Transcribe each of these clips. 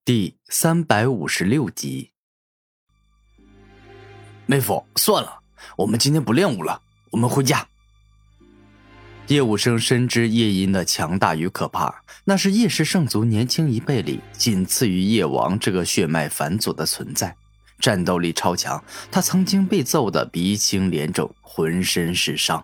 第356集。 妹夫，算了，我们今天不练武了，我们回家。 叶武生深知叶音的强大与可怕，那是叶氏圣族年轻一辈里仅次于叶王这个血脉返祖的存在，战斗力超强，他曾经被揍得鼻青脸肿，浑身是伤。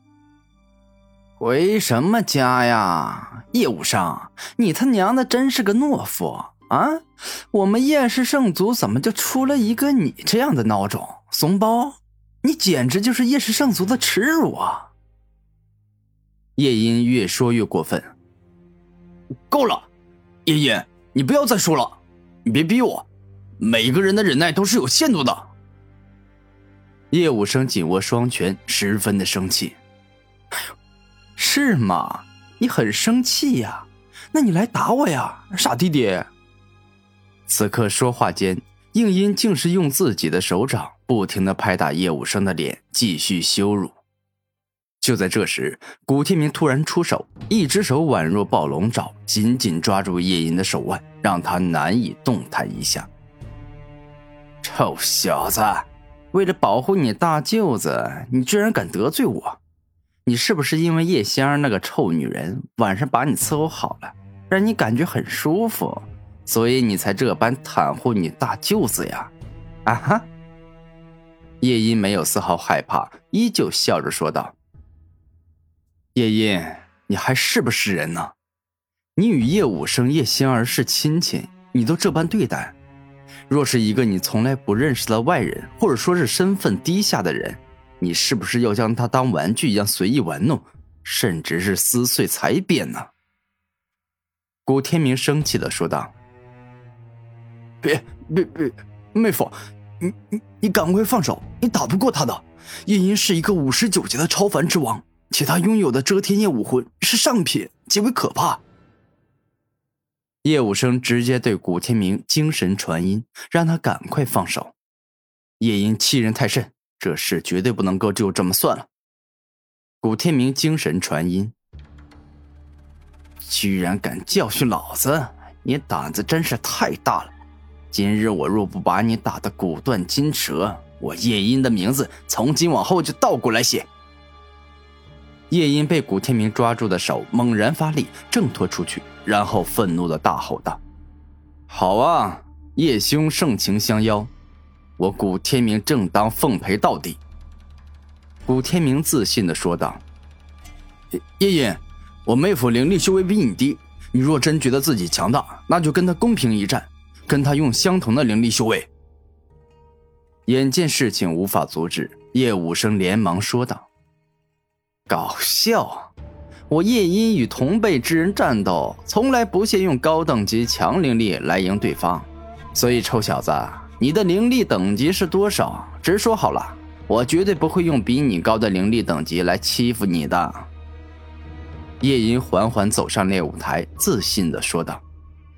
回什么家呀？叶武生，你他娘的真是个懦夫啊！我们叶氏圣族怎么就出了一个你这样的孬种？怂包，你简直就是叶氏圣族的耻辱啊！ 叶音越说越过分。 够了，叶音，你不要再说了，你别逼我，每个人的忍耐都是有限度的。 叶武生紧握双拳，十分的生气。 是吗？你很生气呀？那你来打我呀，傻弟弟！ 此刻说话间，应音竟是用自己的手掌不停地拍打叶武生的脸，继续羞辱。就在这时，古天明突然出手，一只手宛若暴龙爪，紧紧抓住叶音的手腕，让他难以动弹一下。 臭小子，为了保护你大舅子，你居然敢得罪我！你是不是因为叶香那个臭女人晚上把你伺候好了，让你感觉很舒服，所以你才这般袒护你大舅子呀？啊哈！ 叶音没有丝毫害怕，依旧笑着说道：叶音，你还是不是人呢？你与叶武生、叶仙儿是亲戚，你都这般对待，若是一个你从来不认识的外人，或者说是身份低下的人，你是不是要将他当玩具一样随意玩弄，甚至是撕碎踩扁呢？古天明生气地说道： 别，妹夫，你赶快放手，你打不过他的。叶音是一个59级的超凡之王，且他拥有的遮天夜武魂是上品，极为可怕。 叶武生直接对古天明精神传音，让他赶快放手。叶音欺人太甚，这事绝对不能够就这么算了。古天明精神传音： 居然敢教训老子，你胆子真是太大了！今日我若不把你打得骨断筋折，我叶音的名字从今往后就倒过来写。 叶音被古天明抓住的手猛然发力，挣脱出去，然后愤怒地大吼道：好啊，叶兄盛情相邀，我古天明正当奉陪到底。古天明自信地说道： 叶音，我妹夫灵力修为比你低，你若真觉得自己强大，那就跟他公平一战，跟他用相同的灵力修为。 眼见事情无法阻止，叶武生连忙说道： 搞笑，我叶音与同辈之人战斗，从来不屑用高等级强灵力来赢对方，所以臭小子，你的灵力等级是多少？直说好了，我绝对不会用比你高的灵力等级来欺负你的。 叶音缓缓走上练武台，自信地说道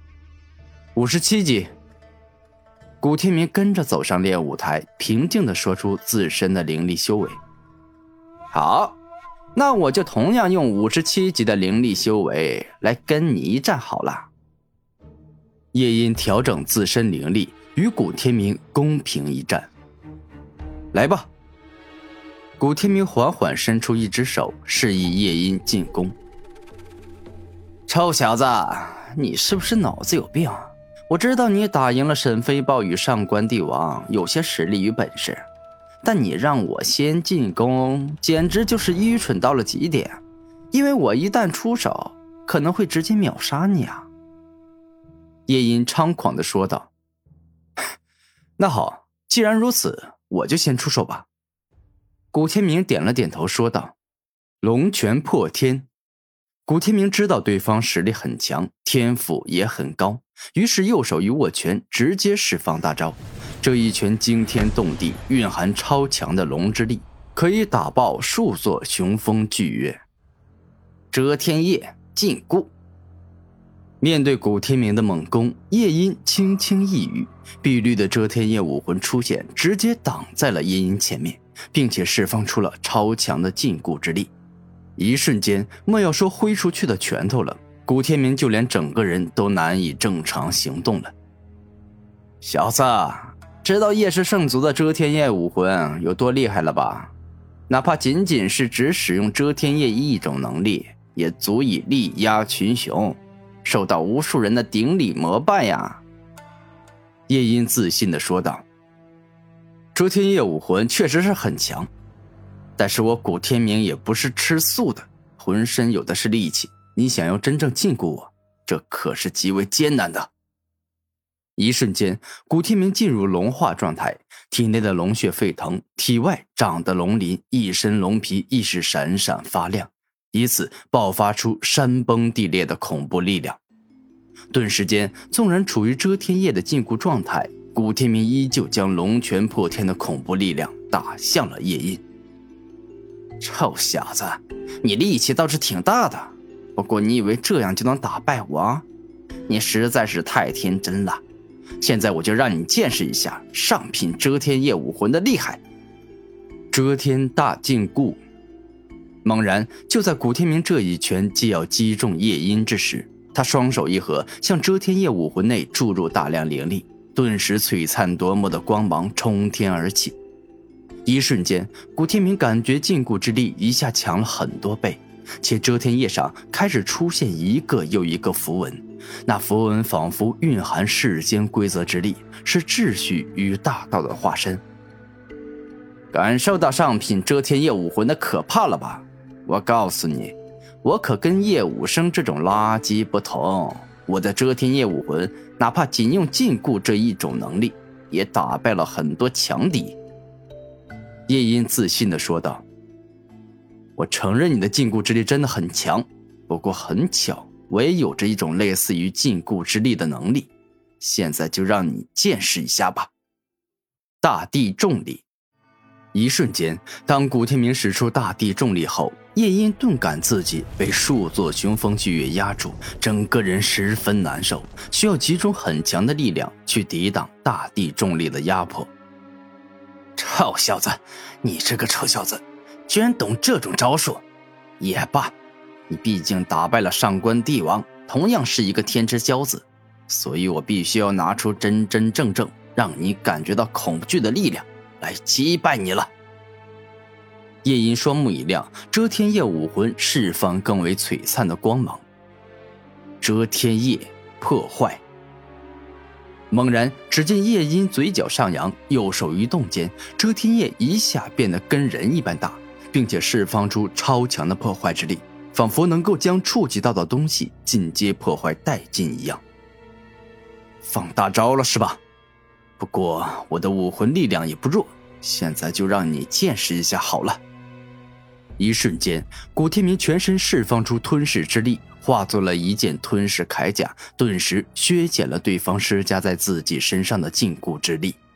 ：57级。古天明跟着走上练武台，平静地说出自身的灵力修为。 好，那我就同样用57级的灵力修为来跟你一战好了。 叶音调整自身灵力，与古天明公平一战。来吧。古天明缓缓伸出一只手，示意叶音进攻。 臭小子，你是不是脑子有病？我知道你打赢了沈飞豹与上官帝王，有些实力与本事，但你让我先进攻，简直就是愚蠢到了极点，因为我一旦出手，可能会直接秒杀你啊！ 叶音猖狂地说道。那好，既然如此，我就先出手吧。古天明点了点头说道：龙拳破天。古天明知道对方实力很强，天赋也很高，于是右手一握拳，直接释放大招。这一拳惊天动地，蕴含超强的龙之力，可以打爆数座雄风巨岳。 遮天夜禁锢。 面对古天明的猛攻，叶音轻轻一语，碧绿的遮天夜武魂出现，直接挡在了叶音前面，并且释放出了超强的禁锢之力。一瞬间，莫要说挥出去的拳头了，古天明就连整个人都难以正常行动了， 小子，知道叶氏圣族的遮天叶武魂有多厉害了吧？哪怕仅仅是只使用遮天叶一种能力，也足以力压群雄，受到无数人的顶礼膜拜呀。 叶音自信地说道：遮天叶武魂确实是很强，但是我古天明也不是吃素的，浑身有的是力气，你想要真正禁锢我，这可是极为艰难的。一瞬间，古天明进入龙化状态，体内的龙血沸腾，体外长的龙鳞，一身龙皮亦是闪闪发亮，以此爆发出山崩地裂的恐怖力量。顿时间，纵然处于遮天叶的禁锢状态，古天明依旧将龙拳破天的恐怖力量打向了叶音。 臭小子，你力气倒是挺大的，不过你以为这样就能打败我？你实在是太天真了。现在我就让你见识一下上品遮天叶武魂的厉害。 遮天大禁锢。猛然，就在古天明这一拳即要击中叶音之时，他双手一合，向遮天叶武魂内注入大量灵力，顿时璀璨夺目的光芒冲天而起。一瞬间，古天明感觉禁锢之力一下强了很多倍，且遮天叶上开始出现一个又一个符文，那符文仿佛蕴含世间规则之力，是秩序与大道的化身。 感受到上品遮天叶武魂的可怕了吧？我告诉你，我可跟叶武生这种垃圾不同，我的遮天叶武魂哪怕仅用禁锢这一种能力，也打败了很多强敌。 叶音自信地说道：我承认你的禁锢之力真的很强，不过很巧，我也有着一种类似于禁锢之力的能力，现在就让你见识一下吧。大地重力。一瞬间，当古天明使出大地重力后，叶音顿感自己被数座雄风巨岳压住，整个人十分难受，需要集中很强的力量去抵挡大地重力的压迫。 臭小子，你这个臭小子，居然懂这种招数！也罢，你毕竟打败了上官帝王，同样是一个天之骄子，所以我必须要拿出真真正正让你感觉到恐惧的力量来击败你了。 叶音双目一亮，遮天叶武魂释放更为璀璨的光芒。遮天叶破坏。猛然，只见叶音嘴角上扬，右手一动间，遮天叶一下变得跟人一般大，并且释放出超强的破坏之力，仿佛能够将触及到的东西尽皆破坏殆尽一样。放大招了是吧？不过我的武魂力量也不弱，现在就让你见识一下好了。一瞬间，古天明全身释放出吞噬之力，化作了一件吞噬铠甲，顿时削减了对方施加在自己身上的禁锢之力。